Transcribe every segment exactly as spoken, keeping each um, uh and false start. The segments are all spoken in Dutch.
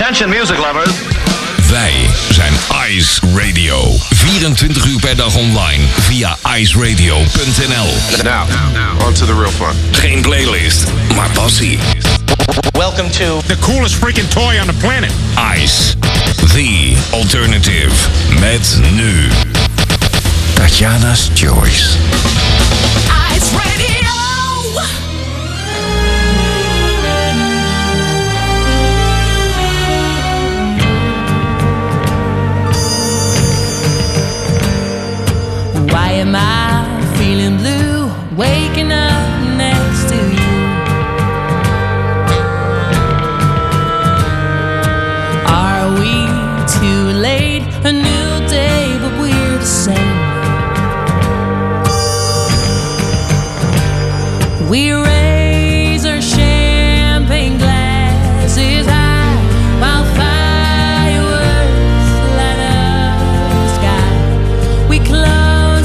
Attention music lovers. Wij zijn Ice Radio. vierentwintig uur per dag online via ice radio punt n l. Now, on to the real fun. Geen playlist, maar passie. Welcome to the coolest freaking toy on the planet. Ice, the alternative. Met nu Tatjana's Choice. Ice Radio. Why am I feeling blue, waking up next to you? Are we too late? A new day, but we're the same. We raise our champagne glasses high while fireworks light up the sky. We close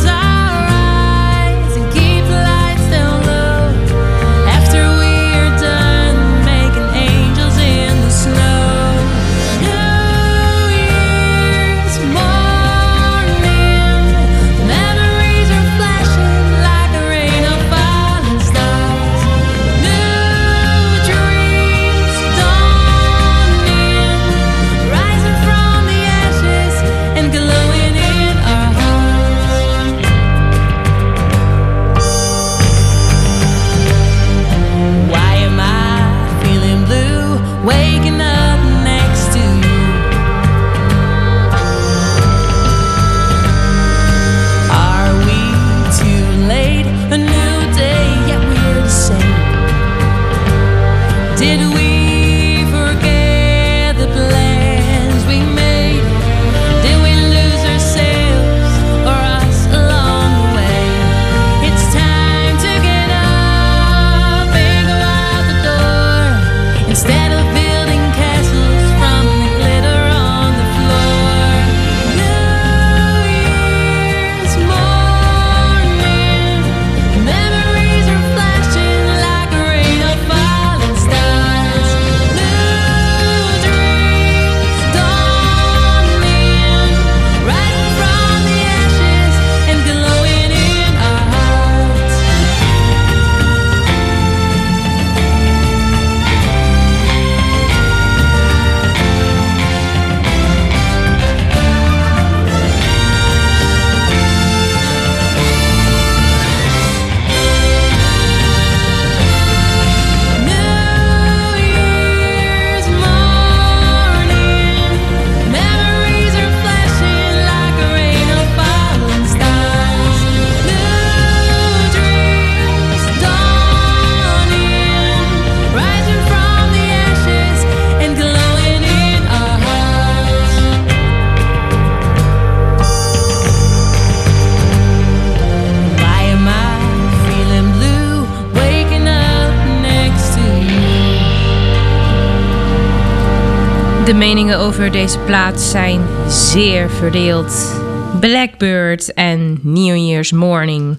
De meningen over deze plaat zijn zeer verdeeld. Blackbird en New Year's Morning.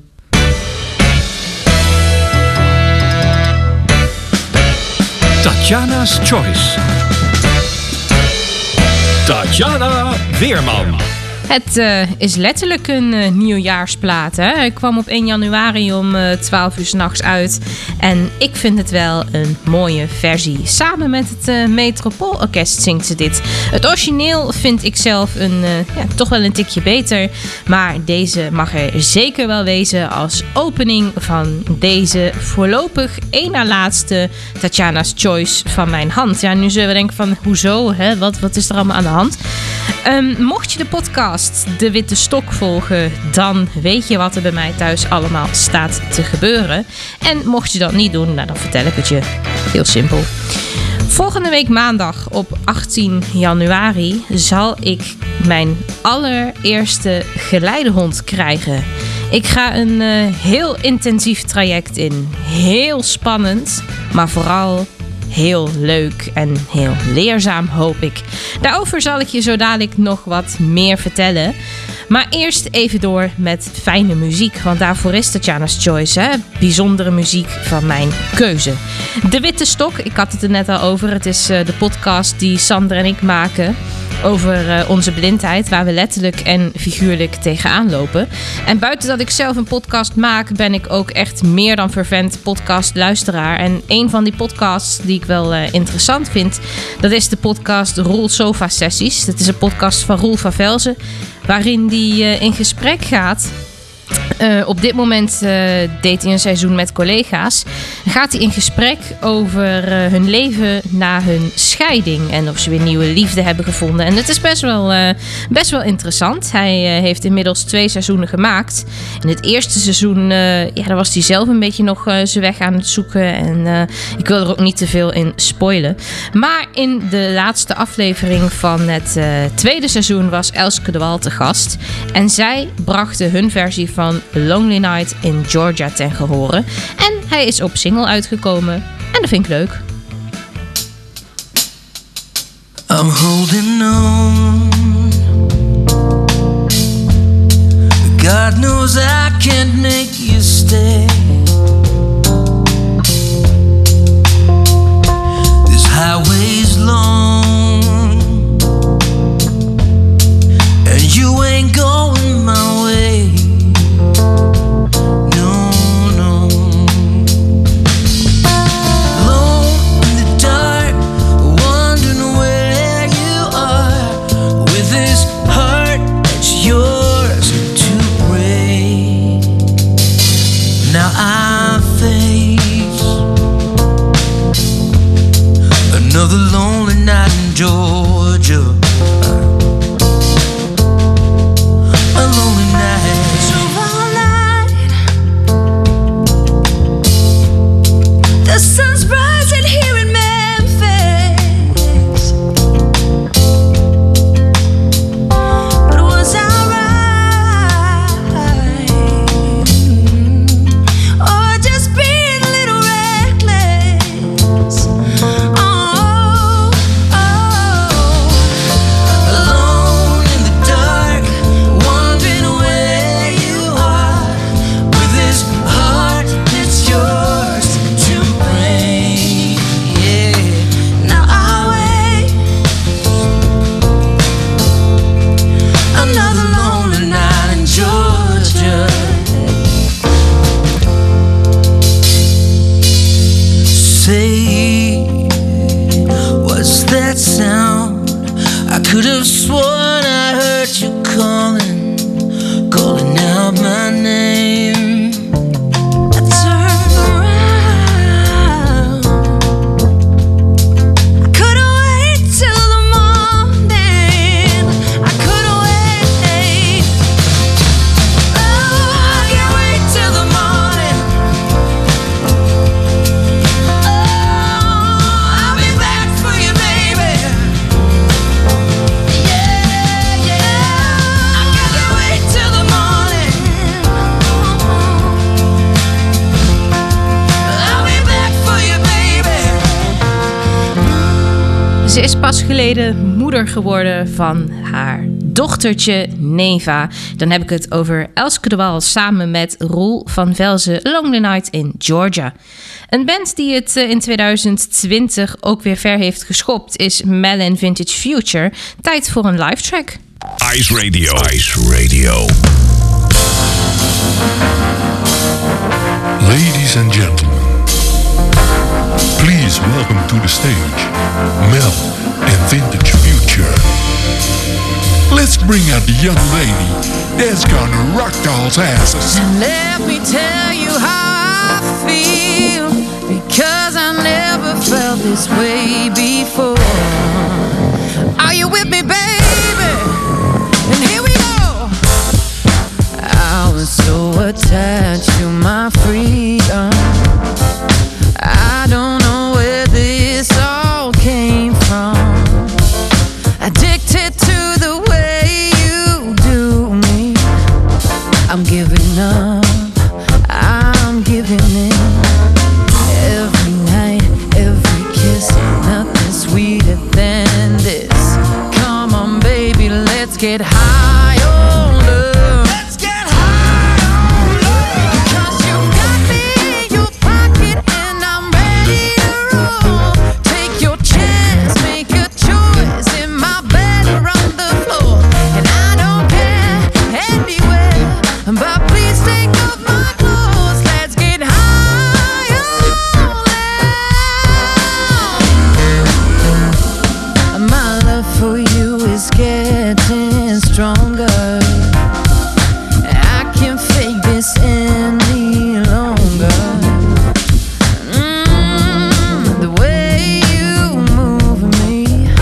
Tatjana's Choice. Tatjana Weerman. Het uh, is letterlijk een uh, nieuwjaarsplaat. Hè? Hij kwam op één januari om uh, twaalf uur 's nachts uit. En ik vind het wel een mooie versie. Samen met het uh, Metropoolorkest zingt ze dit. Het origineel vind ik zelf een, uh, ja, toch wel een tikje beter. Maar deze mag er zeker wel wezen als opening van deze voorlopig één na laatste Tatjana's Choice van mijn hand. Ja, nu zullen we denken van hoezo? Hè? Wat, wat is er allemaal aan de hand? Um, mocht je de podcast De Witte Stok volgen, dan weet je wat er bij mij thuis allemaal staat te gebeuren. En mocht je dat niet doen, nou, dan vertel ik het je. Heel simpel. Volgende week maandag op achttien januari zal ik mijn allereerste geleidehond krijgen. Ik ga een uh, heel intensief traject in. Heel spannend, maar vooral heel leuk en heel leerzaam, hoop ik. Daarover zal ik je zo dadelijk nog wat meer vertellen. Maar eerst even door met fijne muziek, want daarvoor is Tatjana's Choice, hè? Bijzondere muziek van mijn keuze. De Witte Stok, ik had het er net al over. Het is uh, de podcast die Sander en ik maken over uh, onze blindheid, waar we letterlijk en figuurlijk tegenaan lopen. En buiten dat ik zelf een podcast maak, ben ik ook echt meer dan fervent podcastluisteraar. En een van die podcasts die ik wel uh, interessant vind, dat is de podcast Roel Sofa Sessies. Dat is een podcast van Roel van Velzen, waarin die uh, in gesprek gaat. Uh, op dit moment uh, deed hij een seizoen met collega's. Gaat hij in gesprek over uh, hun leven na hun scheiding. En of ze weer nieuwe liefde hebben gevonden. En het is best wel, uh, best wel interessant. Hij uh, heeft inmiddels twee seizoenen gemaakt. In het eerste seizoen uh, ja, daar was hij zelf een beetje nog uh, zijn weg aan het zoeken. En uh, ik wil er ook niet te veel in spoilen. Maar in de laatste aflevering van het uh, tweede seizoen was Elske de Wal te gast. En zij brachten hun versie van Lonely Night in Georgia ten gehore. En hij is op single uitgekomen. En dat vind ik leuk. I'm holding on. God knows I can't make you stay. This highway's long, and you ain't going my way. Another lonely night in Georgia. A lonely night. So all night, the sun's rising here in Memphis. But it was alright, or just being a little reckless. Could have sworn I heard you calling, calling out my name. I turned around. I couldn't wait till the morning. I couldn't wait. Oh, I can't wait till the morning. Oh, I'll be back for you, baby. Ze is pas geleden moeder geworden van haar dochtertje Neva. Dan heb ik het over Elske de Wal samen met Roel van Velzen, Lonely Night in Georgia. Een band die het in twintig twintig ook weer ver heeft geschopt is Melon Vintage Future. Tijd voor een live track. Ice Radio. Ice Radio. Ladies and gentlemen, please welcome to the stage Mel and Vintage Future. Let's bring out the young lady that's gonna rock y'all's asses. Let me tell you how I feel, because I never felt this way before. Are you with me, baby? And here we go. I was so attached to my freedom. I don't know where this all came from. Addicted to the way you do me. I'm giving up, I'm giving in. Every night, every kiss, get high on love. Let's get high on love. 'Cause you got me in your pocket and I'm ready to roll. Take your chance, make a choice in my bed or on the floor. And I don't care anywhere, but please take off my clothes. Let's get high on love. My love for you is getting stronger. I can't fake this any longer. Mm, the way you move me,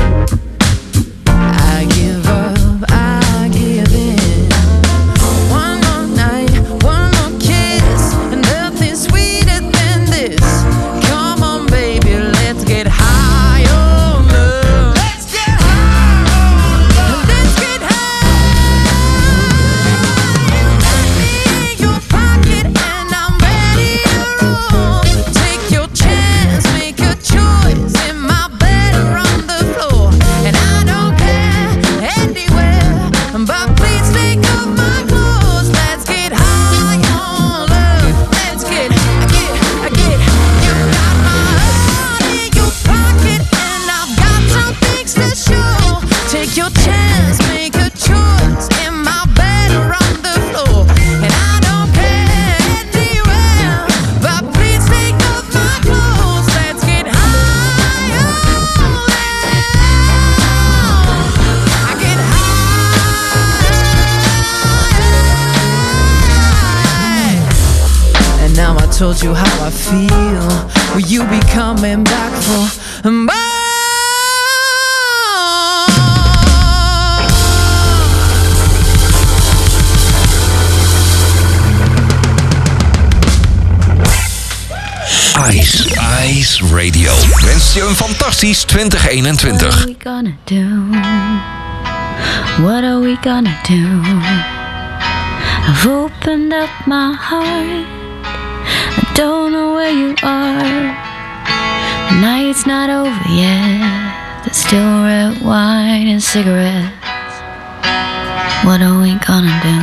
I give up, I give in. One more night, one more kiss, and nothing sweeter than this. Come on, baby, let's get high on love. Let's get high on love. Let's get high. You got me in your pocket and I'm ready to roll. Take your chance, make a choice in my bed or on the floor. And I don't care anywhere, but please take off my clothes. Let's get high on love. Let's get, I get, I get. You got my heart in your pocket and I've got some things to show. Take your chance, make a choice in my bed or on the floor. And I don't care anywhere, but please take off my clothes. Let's get high on love. I get high. And now I told you how I feel. Will you be coming back for more? Ice, Ice Radio. Wens je een fantastisch twintig eenentwintig. What are we gonna do? What are we gonna do? I've opened up my heart. I don't know where you are. The night's not over yet. There's still red wine and cigarettes. What are we gonna do?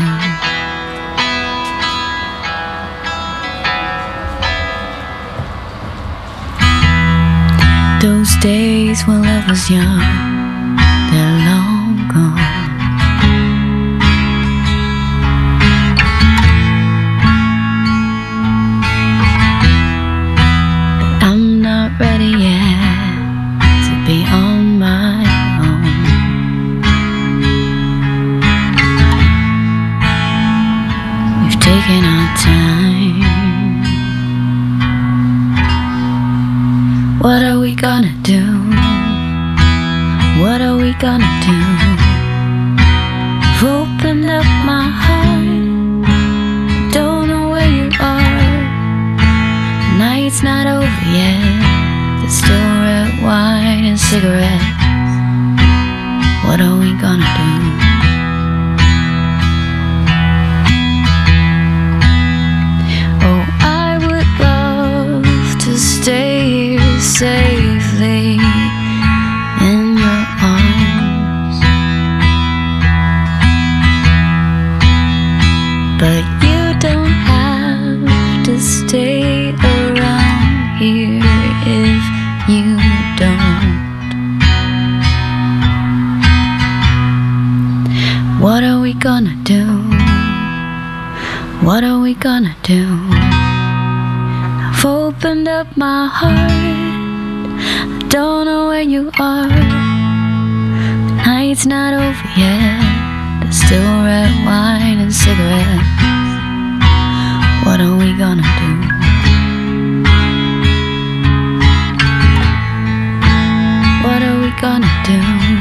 Those days when love was young, they're long gone. But I'm not ready yet to be on my own. We've taken our time. What are we gonna do? What are we gonna do? I've opened up my heart. Don't know where you are. The night's not over yet. There's still red wine and cigarettes. What are we gonna do? Oh, I would love to stay here safely in your arms, but you don't have to stay around here if you don't. What are we gonna do? What are we gonna do? I've opened up my heart. I don't know where you are. The night's not over yet. There's still red wine and cigarettes. What are we gonna do? What are we gonna do?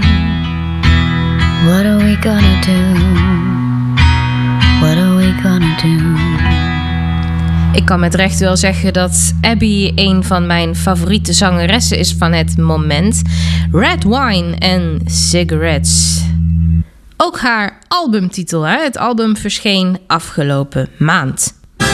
What are we gonna do? What are we gonna do? Ik kan met recht wel zeggen dat Abby een van mijn favoriete zangeressen is van het moment. Red Wine and Cigarettes. Ook haar albumtitel, hè? Het album verscheen afgelopen maand.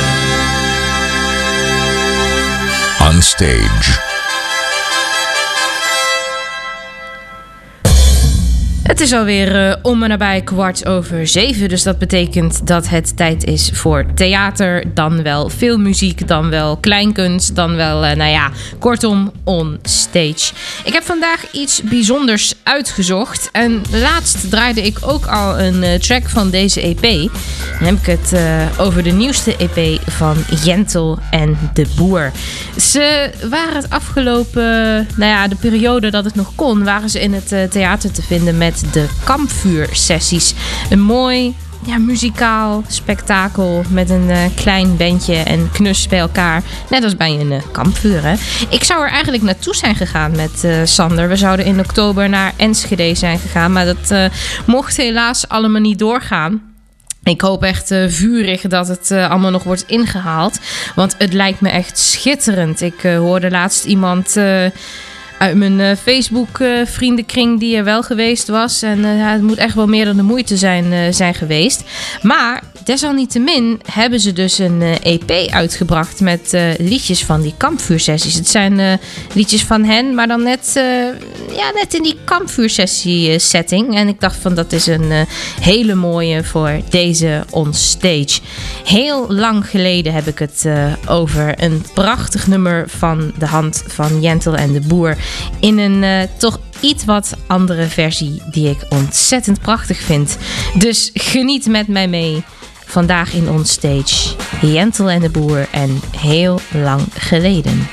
On Stage. Het is alweer uh, om en nabij kwart over zeven. Dus dat betekent dat het tijd is voor theater. Dan wel filmmuziek, dan wel kleinkunst, dan wel, uh, nou ja, kortom, on stage. Ik heb vandaag iets bijzonders uitgezocht. En laatst draaide ik ook al een uh, track van deze E P. Dan heb ik het uh, over de nieuwste E P van Jentel en de Boer. Ze waren het afgelopen, nou ja, de periode dat het nog kon, waren ze in het uh, theater te vinden met de kampvuursessies. Een mooi, ja, muzikaal spektakel met een uh, klein bandje en knus bij elkaar. Net als bij een uh, kampvuur, hè. Ik zou er eigenlijk naartoe zijn gegaan met uh, Sander. We zouden in oktober naar Enschede zijn gegaan, maar dat uh, mocht helaas allemaal niet doorgaan. Ik hoop echt uh, vurig dat het uh, allemaal nog wordt ingehaald. Want het lijkt me echt schitterend. Ik uh, hoorde laatst iemand Uh, uit mijn uh, Facebook uh, vriendenkring die er wel geweest was. En uh, het moet echt wel meer dan de moeite zijn, uh, zijn geweest. Maar desalniettemin hebben ze dus een uh, E P uitgebracht met uh, liedjes van die kampvuursessies. Het zijn uh, liedjes van hen, maar dan net, uh, ja, net in die kampvuursessie uh, setting. En ik dacht van dat is een uh, hele mooie voor deze onstage. Heel lang geleden heb ik het uh, over een prachtig nummer van de hand van Jentel en de Boer. In een uh, toch iets wat andere versie die ik ontzettend prachtig vind. Dus geniet met mij mee. Vandaag in onstage Jentel en de Boer en heel lang geleden.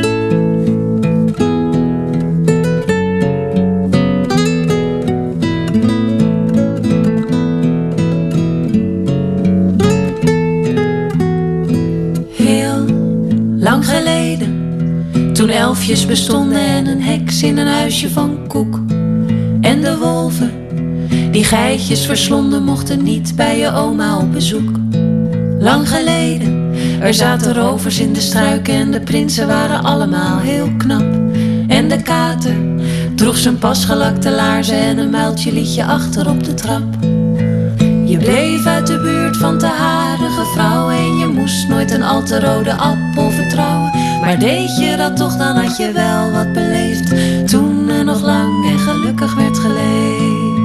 Heel lang geleden, toen elfjes bestonden en een heks in een huisje van koek. En de wolven, die geitjes verslonden, mochten niet bij je oma op bezoek. Lang geleden, er zaten rovers in de struiken en de prinsen waren allemaal heel knap. En de kater droeg zijn pasgelakte laarzen en een muiltje liet je achter op de trap. Je bleef uit de buurt van te harige vrouwen en je moest nooit een al te rode appel vertrouwen. Maar deed je dat toch, dan had je wel wat beleefd, toen er nog lang en gelukkig werd geleefd.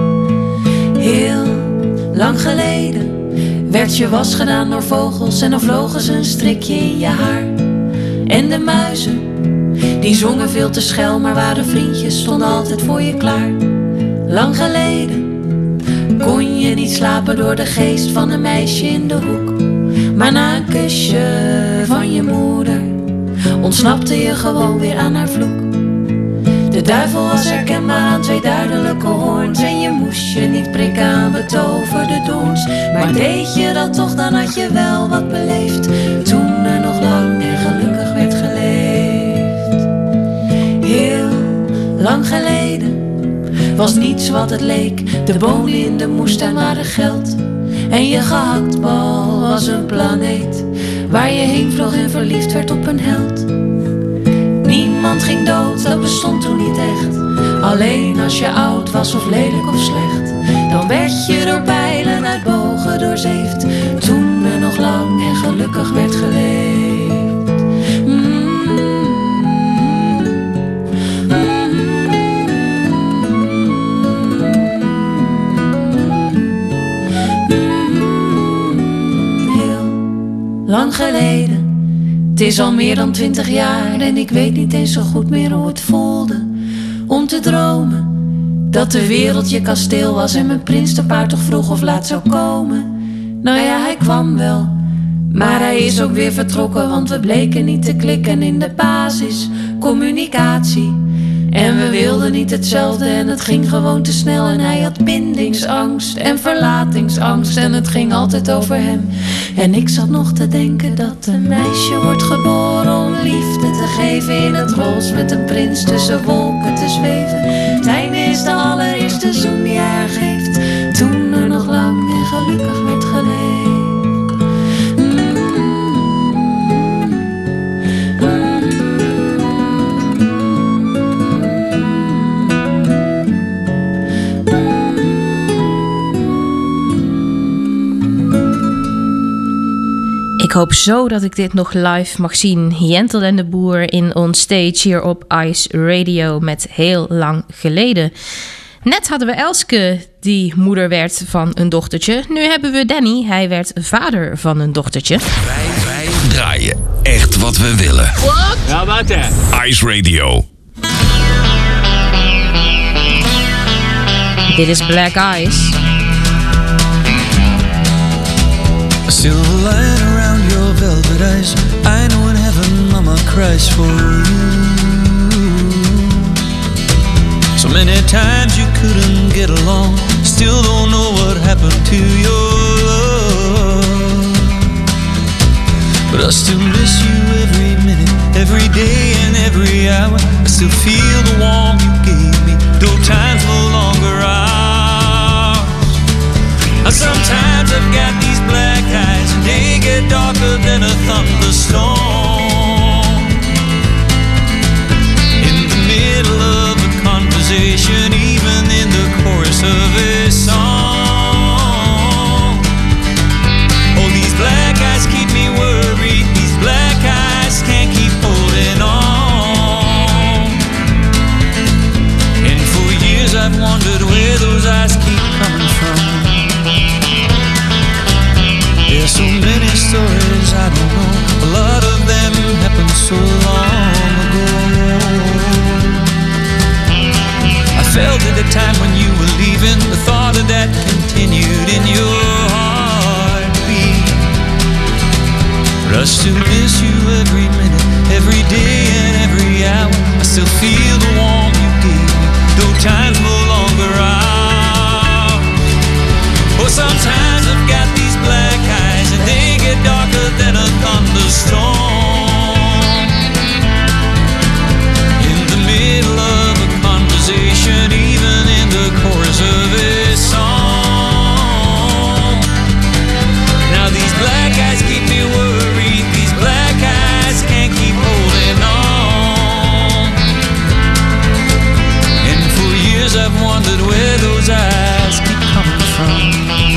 Heel lang geleden werd je was gedaan door vogels en dan vlogen ze een strikje in je haar. En de muizen, die zongen veel te schel, maar waren vriendjes, stonden altijd voor je klaar. Lang geleden kon je niet slapen door de geest van een meisje in de hoek. Maar na een kusje van je moeder ontsnapte je gewoon weer aan haar vloek. De duivel was herkenbaar aan twee duidelijke hoorns en je moest je niet prikken aan betoverde doorns. Maar deed je dat toch, dan had je wel wat beleefd, toen er nog lang en gelukkig werd geleefd. Heel lang geleden was niets wat het leek, de bonen in de moestuin waren geld. En je gehaktbal was een planeet waar je heen vloog en verliefd werd op een held. Niemand ging dood, dat bestond toen niet echt. Alleen als je oud was of lelijk of slecht, dan werd je door pijlen uit bogen doorzeefd, toen er nog lang en gelukkig werd geleefd. Mm-hmm. Lang geleden, het is al meer dan twintig jaar en ik weet niet eens zo goed meer hoe het voelde om te dromen dat de wereld je kasteel was en mijn prins te paard toch vroeg of laat zou komen. Nou ja, hij kwam wel, maar hij is ook weer vertrokken, want we bleken niet te klikken in de basis, communicatie. En we wilden niet hetzelfde en het ging gewoon te snel. En hij had bindingsangst en verlatingsangst en het ging altijd over hem. En ik zat nog te denken dat een meisje wordt geboren om liefde te geven in het roze met een prins tussen wolken te zweven. Het einde is de allereerste zoen die hij haar geeft, toen er nog lang en gelukkig werd geleefd. Ik hoop zo dat ik dit nog live mag zien. Jentel en de Boer in On Stage hier op Ice Radio met heel lang geleden. Net hadden we Elske die moeder werd van een dochtertje. Nu hebben we Danny, hij werd vader van een dochtertje. Wij, wij draaien echt wat we willen. Wat? Ja, wat hè? Ice Radio. Dit is Black Eyes. Silver line around your velvet eyes. I know in heaven mama cries for you. So many times you couldn't get along. Still don't know what happened to your love. But I still miss you every minute, every day and every hour. I still feel the warmth you gave me, though time's no longer ours. Sometimes I've got these black eyes and they get darker than a thunderstorm. In the middle of a conversation, even in the chorus of a song. Oh, these black eyes keep me worried. These black eyes can't keep holding on. And for years I've wondered where those eyes keep coming from. There's so many stories I don't know. A lot of them happened so long ago. I felt at the time when you were leaving. The thought of that continued in your heartbeat. But I still miss you every minute, every day and every hour. I still feel the warmth you gave me, though time's no longer ours. Oh, sometimes I've got these black eyes and they get darker than a thunderstorm. In the middle of a conversation, even in the chorus of a song. Now these black eyes keep me worried. These black eyes can't keep holding on. And for years I've wondered where those eyes keep coming from.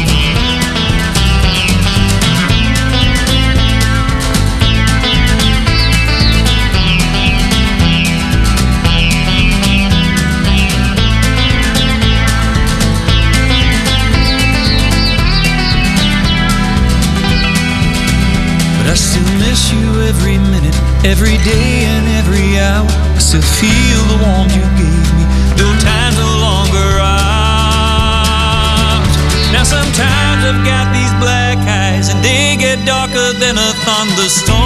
I still miss you every minute, every day and every hour. I still feel the warmth you gave me, though time's no longer ours. Now sometimes I've got these black eyes and they get darker than a thunderstorm.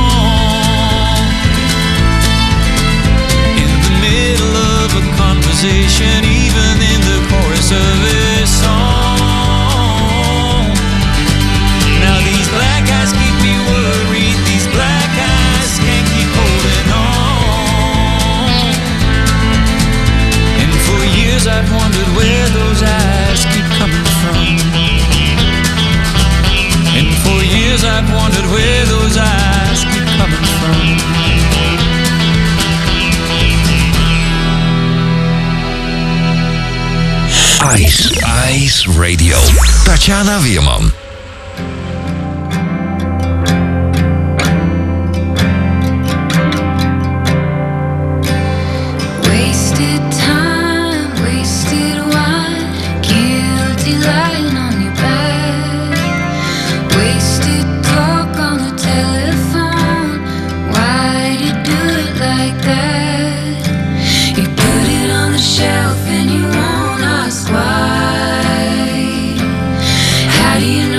In the middle of a conversation, even in the chorus of a song. Now these black eyes keep me worried. These black eyes can't keep holding on. And for years I've wondered where those eyes keep coming from. And for years I've wondered where those eyes keep coming from. Ice, Ice Radio. Tatjana Weerman. Shelf and you won't ask why. How do you know?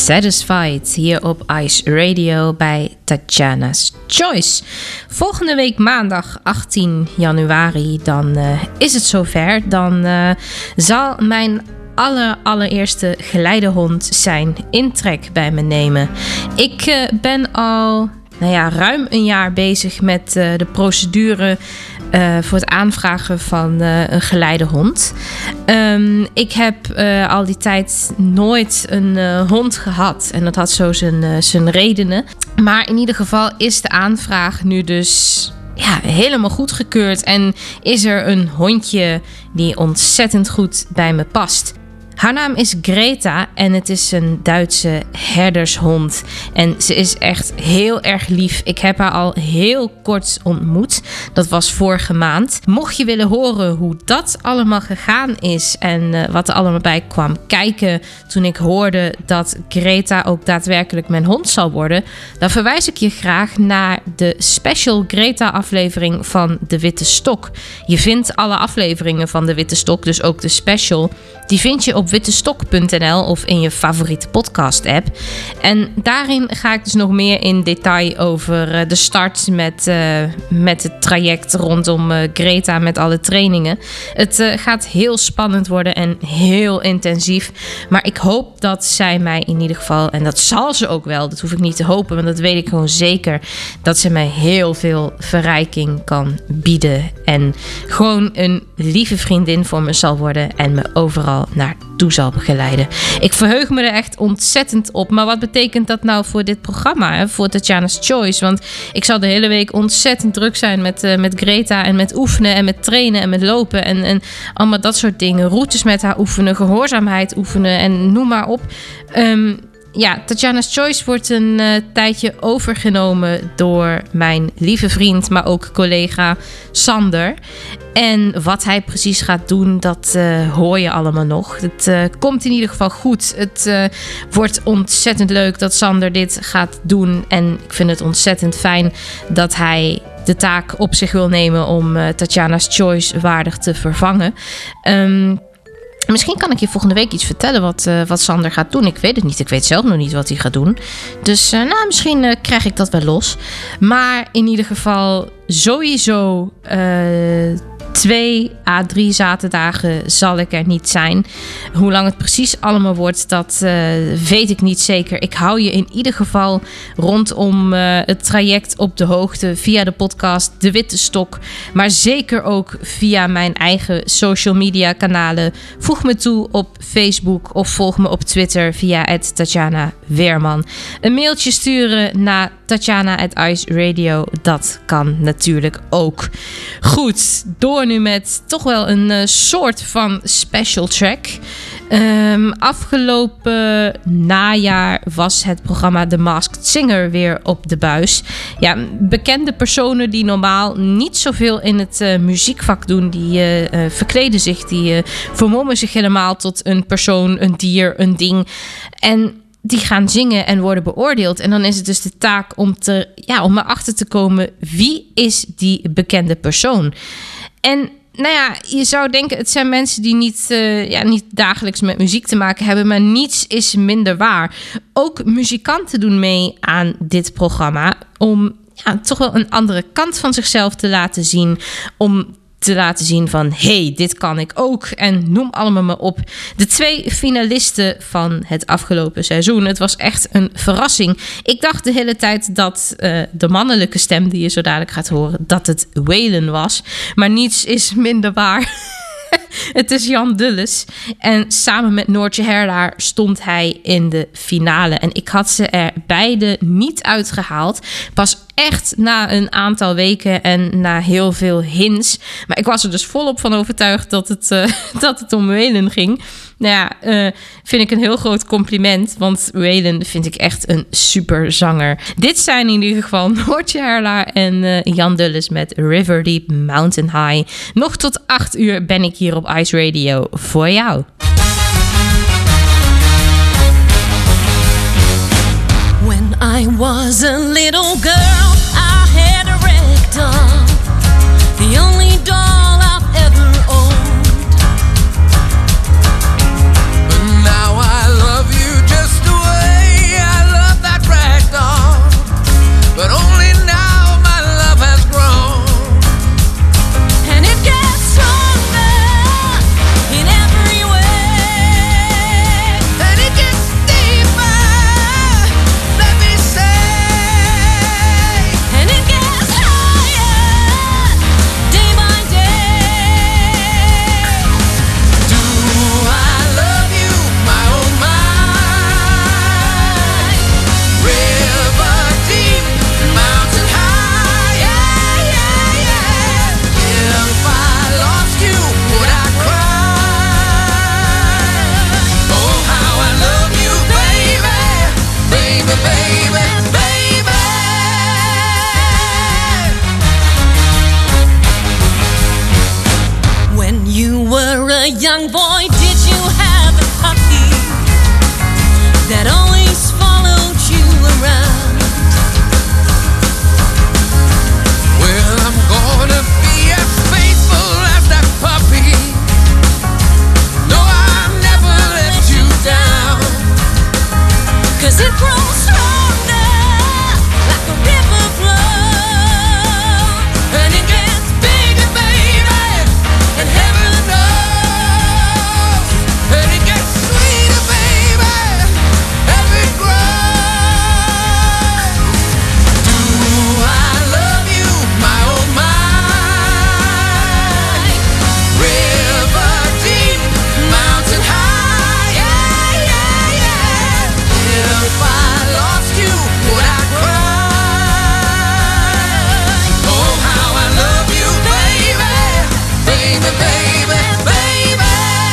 Satisfied hier op Ice Radio bij Tatjana's Choice. Volgende week maandag achttien januari, dan uh, is het zover. Dan uh, zal mijn aller, allereerste geleidehond zijn intrek bij me nemen. Ik uh, ben al nou ja, ruim een jaar bezig met uh, de procedure Uh, voor het aanvragen van uh, een geleidehond. Um, ik heb uh, al die tijd nooit een uh, hond gehad. En dat had zo zijn, uh, zijn redenen. Maar in ieder geval is de aanvraag nu dus ja, helemaal goedgekeurd. En is er een hondje die ontzettend goed bij me past. Haar naam is Greta en het is een Duitse herdershond. En ze is echt heel erg lief. Ik heb haar al heel kort ontmoet. Dat was vorige maand. Mocht je willen horen hoe dat allemaal gegaan is en uh, wat er allemaal bij kwam kijken toen ik hoorde dat Greta ook daadwerkelijk mijn hond zal worden, dan verwijs ik je graag naar de special Greta aflevering van De Witte Stok. Je vindt alle afleveringen van De Witte Stok, dus ook de special. Die vind je op wittestok punt n l of in je favoriete podcast app. En daarin ga ik dus nog meer in detail over de start met, uh, met het traject rondom uh, Greta met alle trainingen. Het uh, gaat heel spannend worden en heel intensief. Maar ik hoop dat zij mij in ieder geval, en dat zal ze ook wel, dat hoef ik niet te hopen, want dat weet ik gewoon zeker, dat ze mij heel veel verrijking kan bieden. En gewoon een lieve vriendin voor me zal worden en me overal naartoe zal begeleiden. Ik verheug me er echt ontzettend op. Maar wat betekent dat nou voor dit programma? Hè? Voor Tatjana's Choice? Want ik zal de hele week ontzettend druk zijn met, uh, met Greta en met oefenen en met trainen en met lopen en, en allemaal dat soort dingen. Routes met haar oefenen, gehoorzaamheid oefenen en noem maar op. Um, Ja, Tatjana's Choice wordt een uh, tijdje overgenomen door mijn lieve vriend, maar ook collega Sander. En wat hij precies gaat doen, dat uh, hoor je allemaal nog. Het uh, komt in ieder geval goed. Het uh, wordt ontzettend leuk dat Sander dit gaat doen. En ik vind het ontzettend fijn dat hij de taak op zich wil nemen om uh, Tatjana's Choice waardig te vervangen. Um, Misschien kan ik je volgende week iets vertellen wat, uh, wat Sander gaat doen. Ik weet het niet. Ik weet zelf nog niet wat hij gaat doen. Dus uh, nou, misschien uh, krijg ik dat wel los. Maar in ieder geval sowieso uh, twee à drie zaterdagen zal ik er niet zijn. Hoe lang het precies allemaal wordt, dat uh, weet ik niet zeker. Ik hou je in ieder geval rondom uh, het traject op de hoogte via de podcast De Witte Stok. Maar zeker ook via mijn eigen social media kanalen. Voeg me toe op Facebook of volg me op Twitter via at Tatjana Weerman. Een mailtje sturen naar Tatjana at Ice Radio. Dat kan natuurlijk ook. Goed, door nu met toch wel een uh, soort van special track. Um, afgelopen najaar was het programma The Masked Singer weer op de buis. Ja, bekende personen die normaal niet zoveel in het uh, muziekvak doen, die uh, uh, verkleden zich, die uh, vermommen zich helemaal tot een persoon, een dier, een ding. En die gaan zingen en worden beoordeeld. En dan is het dus de taak om, te, ja, om erachter te komen, wie is die bekende persoon? En nou ja, je zou denken, het zijn mensen die niet, uh, ja, niet dagelijks met muziek te maken hebben, maar niets is minder waar. Ook muzikanten doen mee aan dit programma om ja, toch wel een andere kant van zichzelf te laten zien, om te laten zien van, hey, dit kan ik ook. En noem allemaal maar op. De twee finalisten van het afgelopen seizoen. Het was echt een verrassing. Ik dacht de hele tijd dat uh, de mannelijke stem die je zo dadelijk gaat horen, dat het Waylon was. Maar niets is minder waar. Het is Jan Dulles. En samen met Noortje Herlaar stond hij in de finale. En ik had ze er beide niet uitgehaald. Pas echt na een aantal weken en na heel veel hints. Maar ik was er dus volop van overtuigd dat het, uh, dat het om Waylon ging. Nou ja, uh, vind ik een heel groot compliment. Want Waylon vind ik echt een super zanger. Dit zijn in ieder geval Noortje Herlaar en uh, Jan Dulles met River Deep Mountain High. Nog tot acht uur ben ik hier op Ice Radio voor jou. When I was a little girl, I had a rag doll, the only doll I've ever owned. But now I love you just the way a young boy, did you have a puppy that always followed you around? Well, I'm gonna be as faithful as that puppy. No, I'll never let you down. 'Cause it grows stronger like a river flow, and it gets bigger, baby, and heaven knows. And it gets sweeter, baby, as it grows. Do I love you, my oh my? River deep, mountain high, yeah, yeah, yeah. If I lost you, would I cry? Oh, how I love you, baby, baby, baby, baby.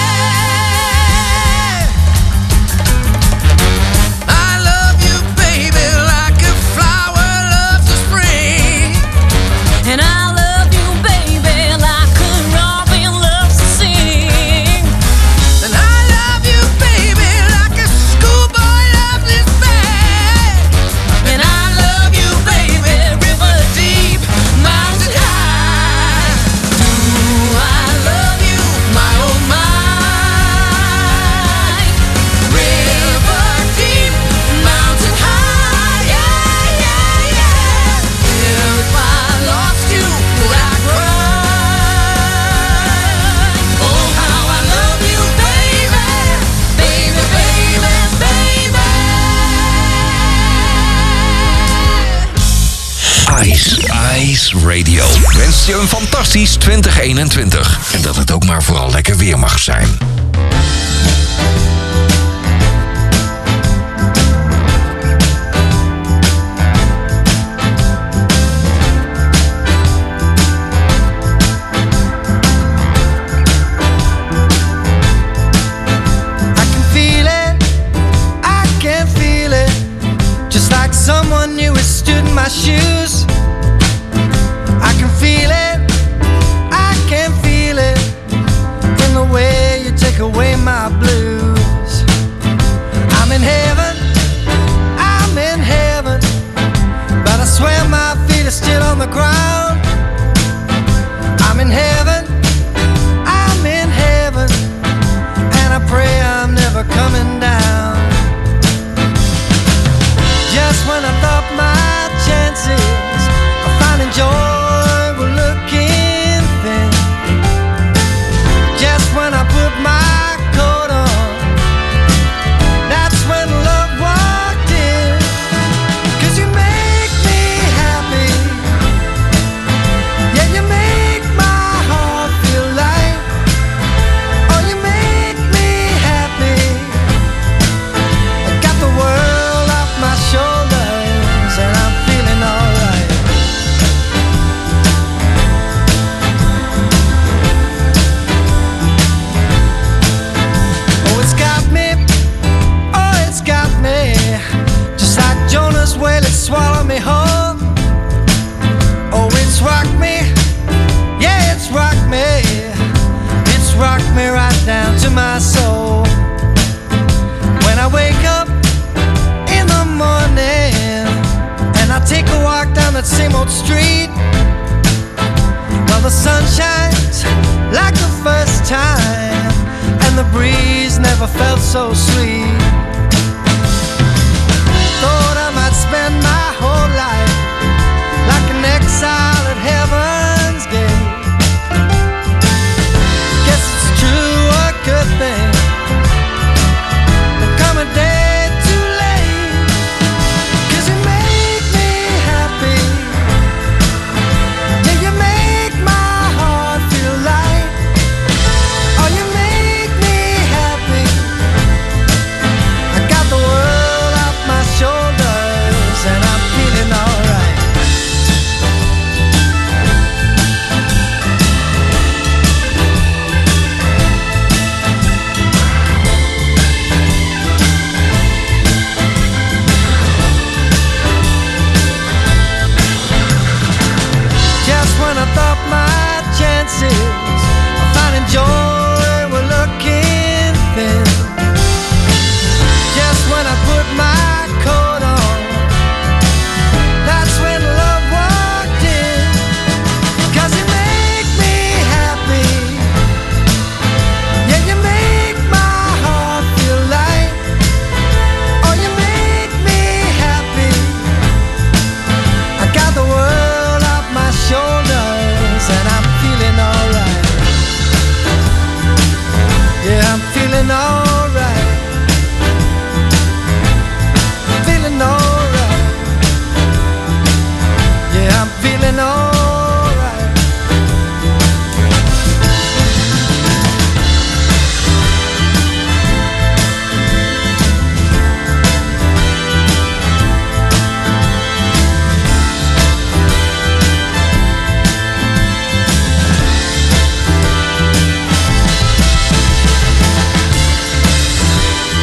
I love you, baby, like a flower loves the spring. and I love you, baby, like a robin loves to sing. And I love you, baby, like a schoolboy loves his bag. And I love you, baby, river deep, mountain high. Do I love you, my oh my? River deep, mountain high, yeah, yeah, yeah. If I lost you, would I cry? Oh, how I love you, baby, baby, baby, baby. Ice, Ice Radio. Wens je een fantastisch twintig eenentwintig. En dat het ook maar vooral lekker weer mag zijn. I can feel it, I can feel it. Just like someone new has stood in my shoes. I can feel it, I can feel it. In the way you take away my blues. I'm in heaven, I'm in heaven. But I swear my feet are still on the ground. I'm in heaven, I'm in heaven. And I pray I'm never coming down. Just when I thought my chances of finding joy were looking thin. Just when I put my coat on, that's when love walked in. 'Cause you make me happy. Yeah, you make my heart feel light. Oh, you make me happy. I got the world off my shoulders and I'm feeling alright. Oh, it's got me, oh, it's got me. Just like Jonah's whale, it swallowed me whole. Oh, it's rocked me, yeah, it's rocked me. It's rocked me right down to my soul. When I wake up in the morning and I take a walk down that same old street, well, the sun shines like the first time, and the breeze never felt so sweet. Thought I might spend my whole life like an exile at heaven's gate. Guess it's true, a good thing. There come a day too late. 'Cause you make me happy. Yeah, you make my heart feel light. Oh, you make me happy. I got the world off my shoulders and I'm feeling alright.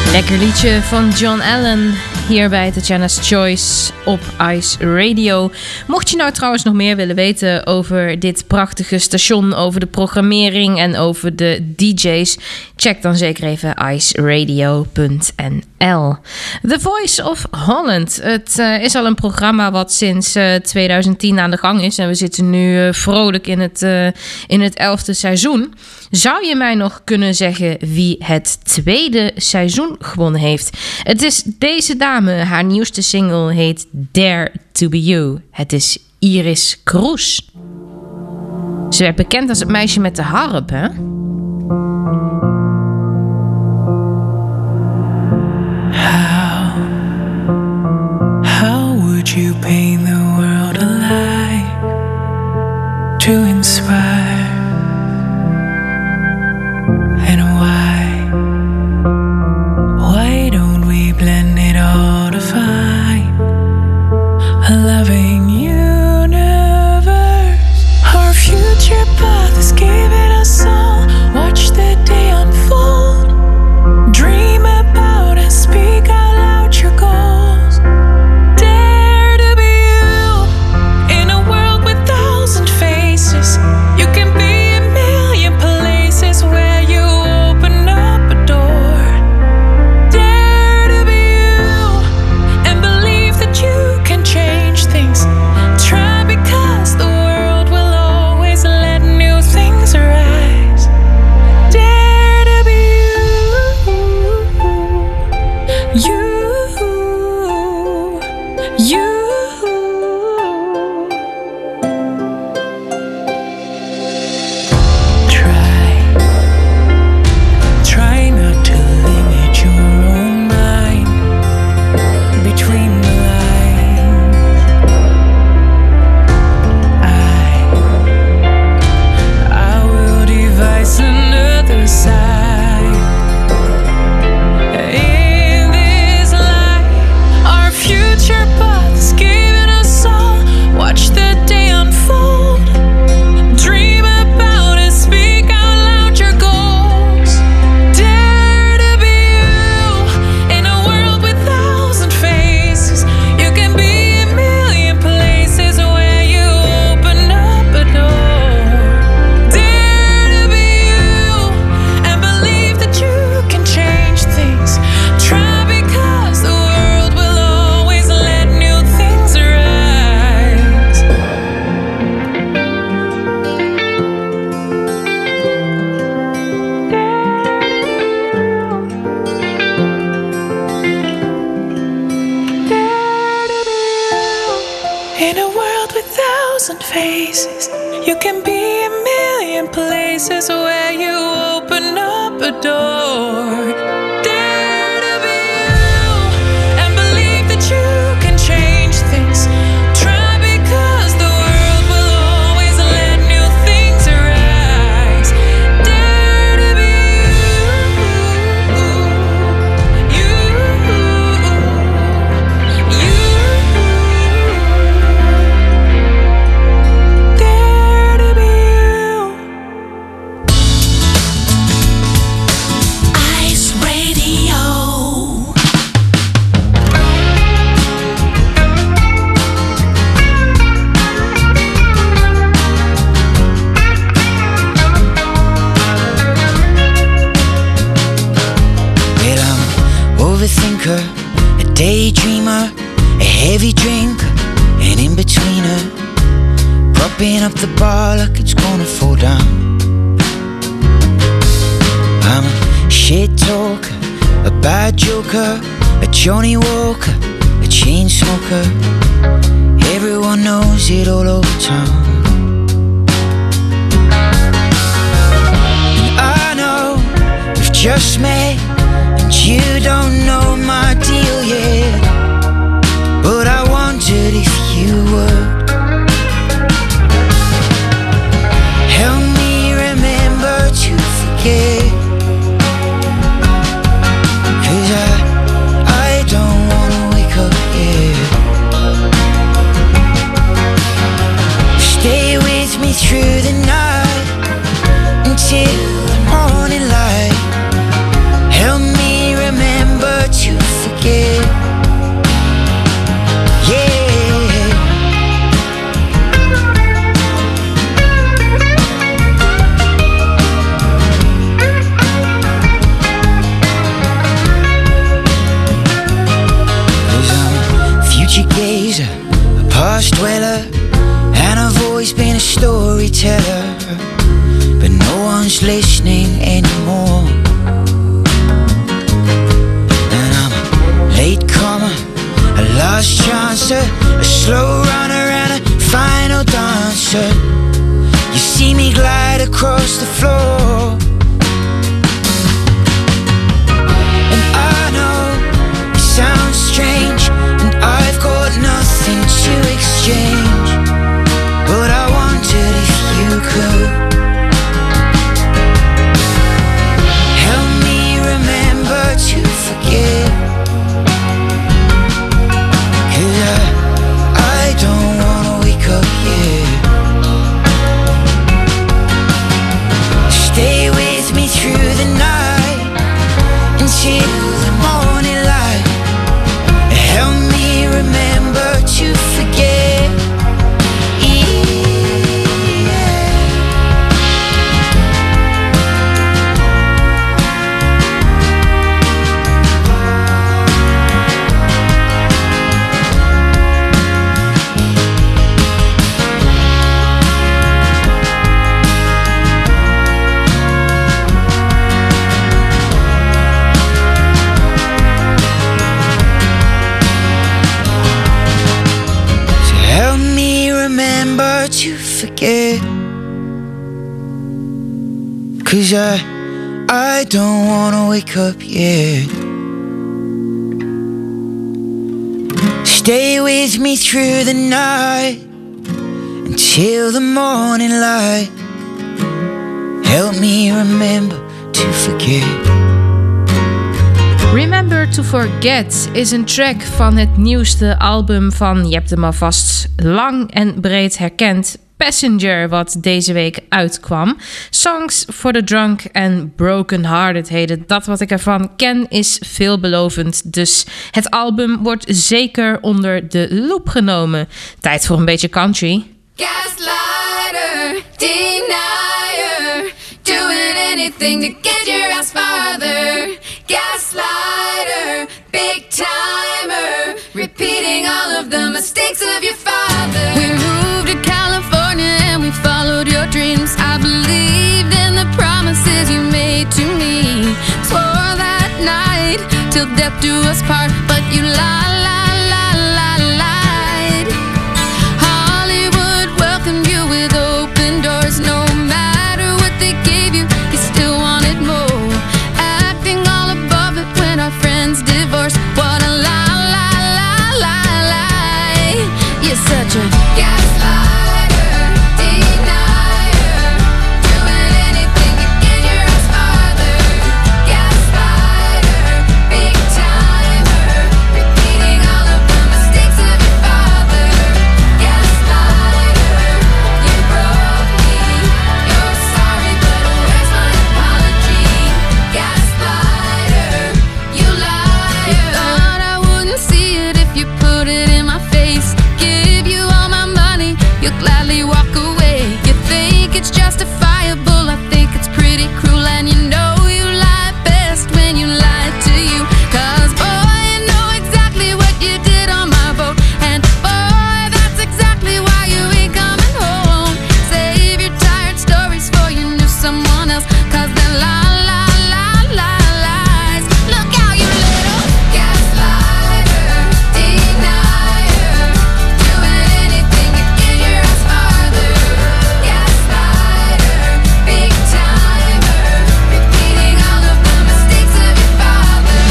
Lekker liedje van John Allen hier bij Tatjana's Choice op Ice Radio. Mocht je nou trouwens nog meer willen weten over dit prachtige station, over de programmering en over de D J's, check dan zeker even ice radio punt n l. The Voice of Holland. Het uh, is al een programma wat sinds uh, twintig tien aan de gang is en we zitten nu uh, vrolijk in het, uh, in het elfde seizoen. Zou je mij nog kunnen zeggen wie het tweede seizoen gewonnen heeft? Het is deze dame. Haar nieuwste single heet Dare to Be You. Het is Iris Kroes. Ze werd bekend als het meisje met de harp, hè? How, how would you paint the world alive to inspire? And why, why don't we blend it all to find a loving universe? Our future path is giving us all. Watch the day unfold. Dream about and speak out loud your goals. Dare to be you in a world with thousand faces. You can be a million places where you open up a door. Dare to be you and believe that you can change things. Try because the world will always let new things arise. Dare to be you, you, you. Try, try not to limit your own mind between the lines. I, I will devise another side. In this life, our future path is giving us all. Watch the day unfold. Dream about and speak out loud your goals. Dare to be you in a world with thousand faces. You can be a million places where you open up a door. Dare to be you and believe that you can change things. Try because the world will always let new things arise. In a world with thousand faces, you can be a million places where you open up a door. Dare to be you and believe that you can change things. Try because the world will always let new things arise. Dare to be you, you, you. Dare to be you. Ice Radio. Well, I'm overthinker, a daydreamer, a heavy drinker, an in-betweener, propping up the bar like it's gonna fall down. I'm a shit talker, a bad joker, a Johnny Walker, a chain smoker. Everyone knows it all over town. And I know we've just met, and you don't know my deal yet. But I wondered if you would help me remember to forget. 'Cause I, I don't wanna wake up yet. Stay with me through the night until the morning light. together, but no one's listening anymore. And I'm a latecomer, a last chancer, a slow runner and a final dancer. You see me glide across the floor, and I know it sounds strange, and I've got nothing to exchange, but I wondered if you could help me remember to forget. 'Cause I, I don't wanna wake up yet. Stay with me through the night until the morning light. Help me remember to forget. Remember to forget. 'Cause I, I don't wanna wake up yet. Stay with me through the night until the morning light. Help me remember to forget. Remember to Forget is een track van het nieuwste album van, je hebt hem alvast lang en breed herkend, Passenger, wat deze week uitkwam. Songs for the Drunk and Broken Hearted heden. Dat wat ik ervan ken is veelbelovend, dus het album wordt zeker onder de loep genomen. Tijd voor een beetje country. Gaslighter, denier, doing anything to get your ass farther. Gaslighter, big timer, repeating all of the mistakes of your father. We moved to California and we followed your dreams. I believed in the promises you made to me. Swore that night till death do us part, but you lied, lied, lied, lied, lied. Hollywood welcomed you with open doors. No matter what they gave you, you still wanted more. Acting all above it when our friends divorced. What a lie, lie, lie, lie, lie. You're such a gaslighter, denier, doing anything to get your ass farther. Gaslighter, big timer, repeating all of the mistakes of your father. Gaslighter, you broke me. You're sorry, but where's my apology? Gaslighter, you liar. You thought I wouldn't see it if you put it in my face. Give you all my money, you'll gladly walk away. You think it's justifiable, I think it's pretty cruel, and you know you lie best when you lie to you. 'Cause boy, you know exactly what you did on my boat, and boy, that's exactly why you ain't coming home. Save your tired stories for you knew someone else, 'cause they're lie, lie, lie, lie, lies. Look out, you little gaslighter, denier, doing anything to get your ass farther. Gaslighter, big timer, repeating all of the mistakes of your father.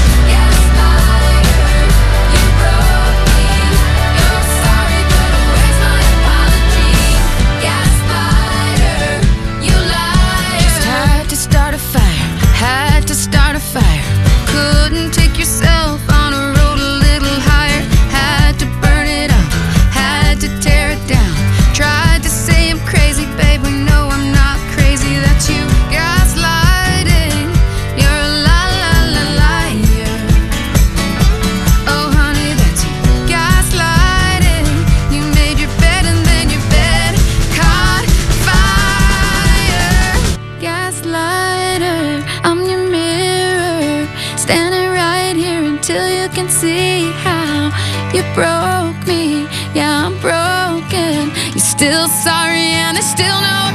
Gaslighter, you broke me. You're sorry, but where's my apology? Gaslighter, you liar. Just had to start a fire, had to start a fire. Couldn't take yourself on a road a little higher. Had to burn it up, had to tear it down. Tried to say I'm crazy, babe, but no, I'm not crazy. That's you gaslighting. You're a la la la liar. Oh honey, that's you gaslighting. You made your bed and then your bed caught fire. Gaslighter, I'm your mirror, standing right here until you can see how you broke me. Yeah, I'm broken. You're still sorry and there's still no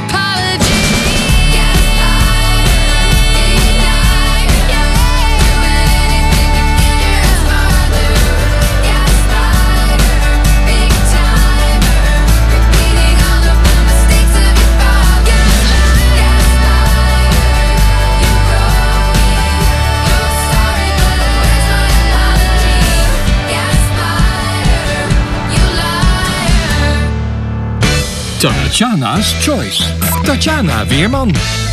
Tatjana's Choice. Tatjana Weerman.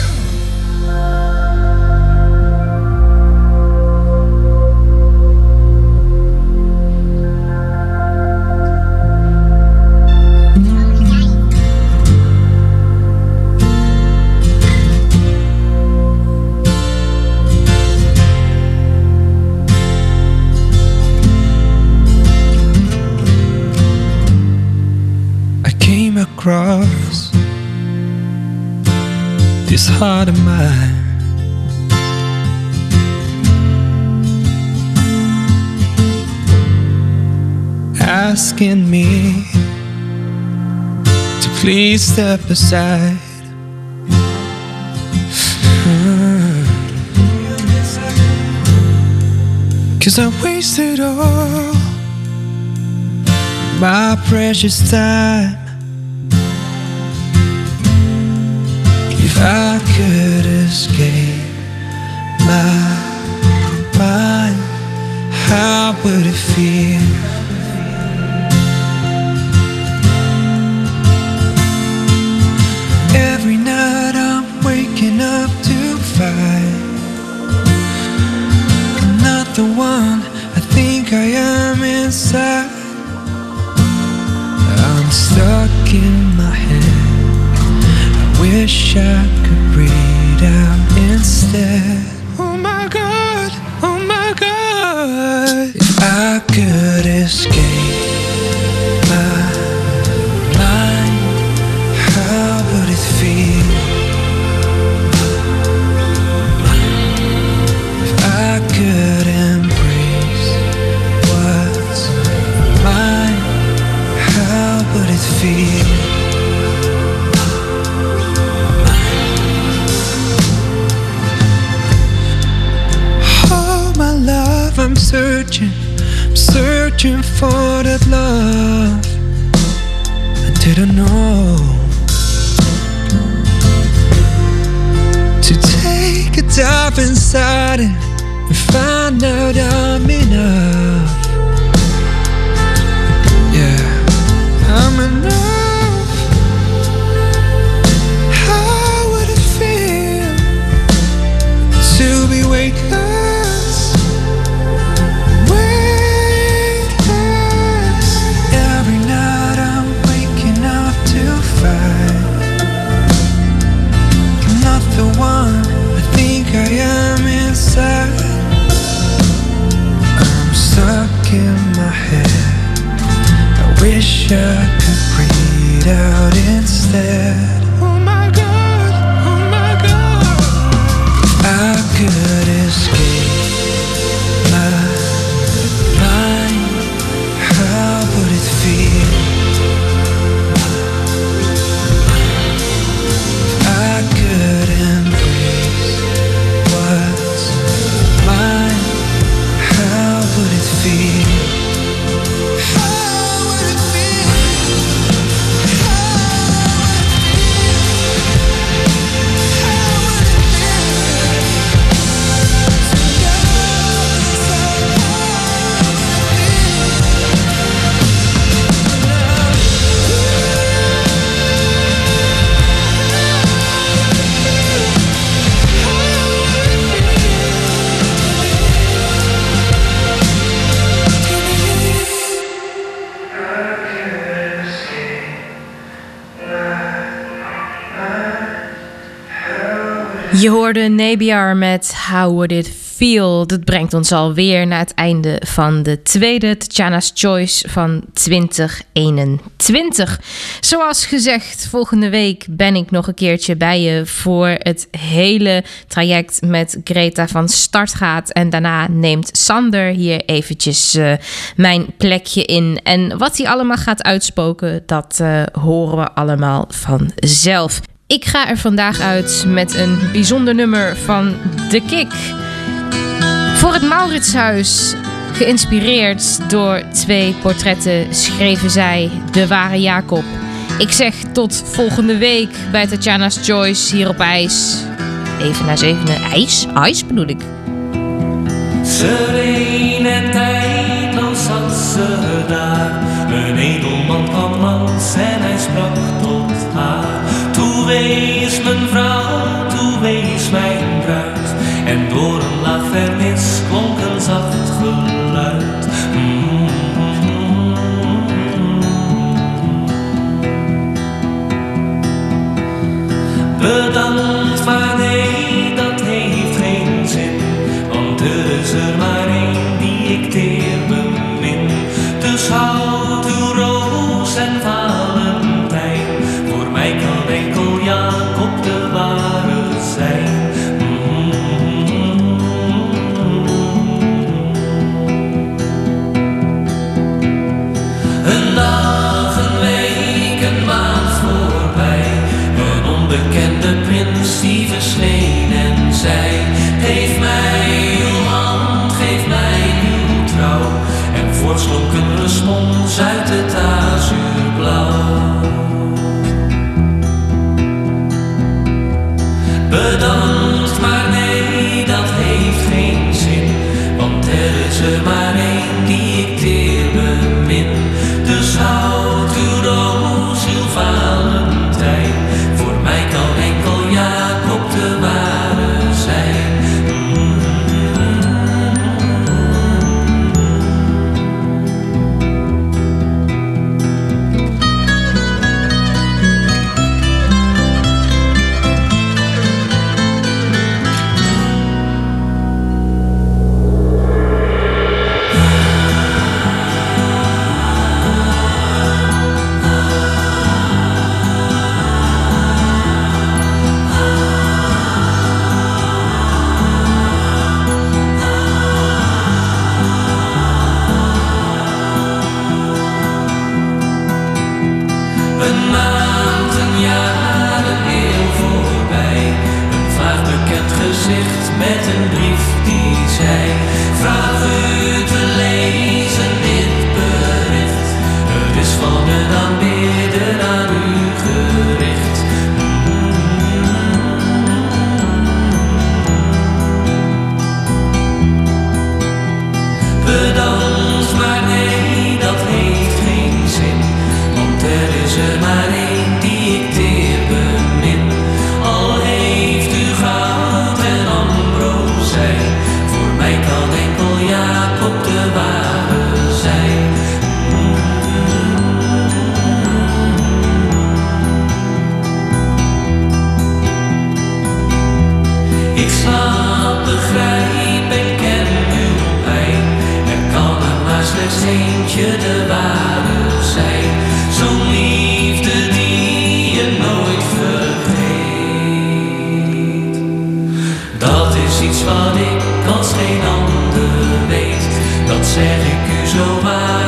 Across this heart of mine, asking me to please step aside. Cause I wasted all my precious time. If I could escape my mind, how would it feel? Every night I'm waking up to find I'm not the one I think I am inside. I'm stuck in my head. Wish I could breathe out instead. Oh my God, oh my God. If I could escape my mind, how would it feel? If I could embrace what's mine, how would it feel? I'm searching, I'm searching for that love I didn't know. To take a dive inside it and find out I'm enough. Yeah, I'm enough. How would it feel to be weightless? I am inside. I'm stuck in my head. I wish I could breathe out instead. Oh my God, oh my God. If I could escape my mind, how would it feel? If I could embrace what's mine, how would it feel? How would it feel? Je hoorde Nebiar met How Would It Feel. Dat brengt ons alweer naar het einde van de tweede Tatjana's Choice van twintig eenentwintig. Zoals gezegd, volgende week ben ik nog een keertje bij je voor het hele traject met Greta van start gaat. En daarna neemt Sander hier eventjes uh, mijn plekje in. En wat hij allemaal gaat uitspoken, dat uh, horen we allemaal vanzelf. Ik ga er vandaag uit met een bijzonder nummer van The Kick. Voor het Mauritshuis, geïnspireerd door twee portretten, schreven zij De Ware Jacob. Ik zeg tot volgende week bij Tatjana's Choice hier op IJs. Even naar zevenen. IJs? IJs bedoel ik. Serene tijd, al zat ze daar. Een edelman kwam langs en hij sprak tot Toe wees mijn vrouw, toe wees mijn bruid. En door een laag vernis klonk een zacht geluid. Mm-hmm. Bedankt, maar nee, dat heeft geen zin. Want er is er maar één die ik teer bemin. Dus houd uw roos en Valentijn. Voor mij kan enkel Jacob de ware zijn. Een dag, een week, een maand voorbij. Een onbekende prins die verscheen en zei: geef mij uw hand, geef mij uw trouw. En voortslonk een respons uit het azuurblauw. Bedankt, maar nee, dat heeft geen zin. Want er is er maar één die ik teer bemin. Dus houd uw roos, uw Valentijn. Voor mij kan enkel Jacob de ware zijn. Een maand, een jaar, een eeuw voorbij. Een vaag bekend gezicht met een brief die zei: vraag u te lezen dit bericht. Het is van een aanbidder aan u gericht. Bedankt, maar nee, dat heeft geen zin. Want er is er maar één die ik teer bemin. Al heeft u goud en ambrosijn. Voor mij kan enkel Jacob de ware zijn. Ik slaap, begrijp en ken uw pijn. Er kan er maar slechts eentje de ware zijn. Zo'n liefde die je nooit vergeet. Dat is iets wat ik als geen ander weet. Dat zeg ik u zo waar.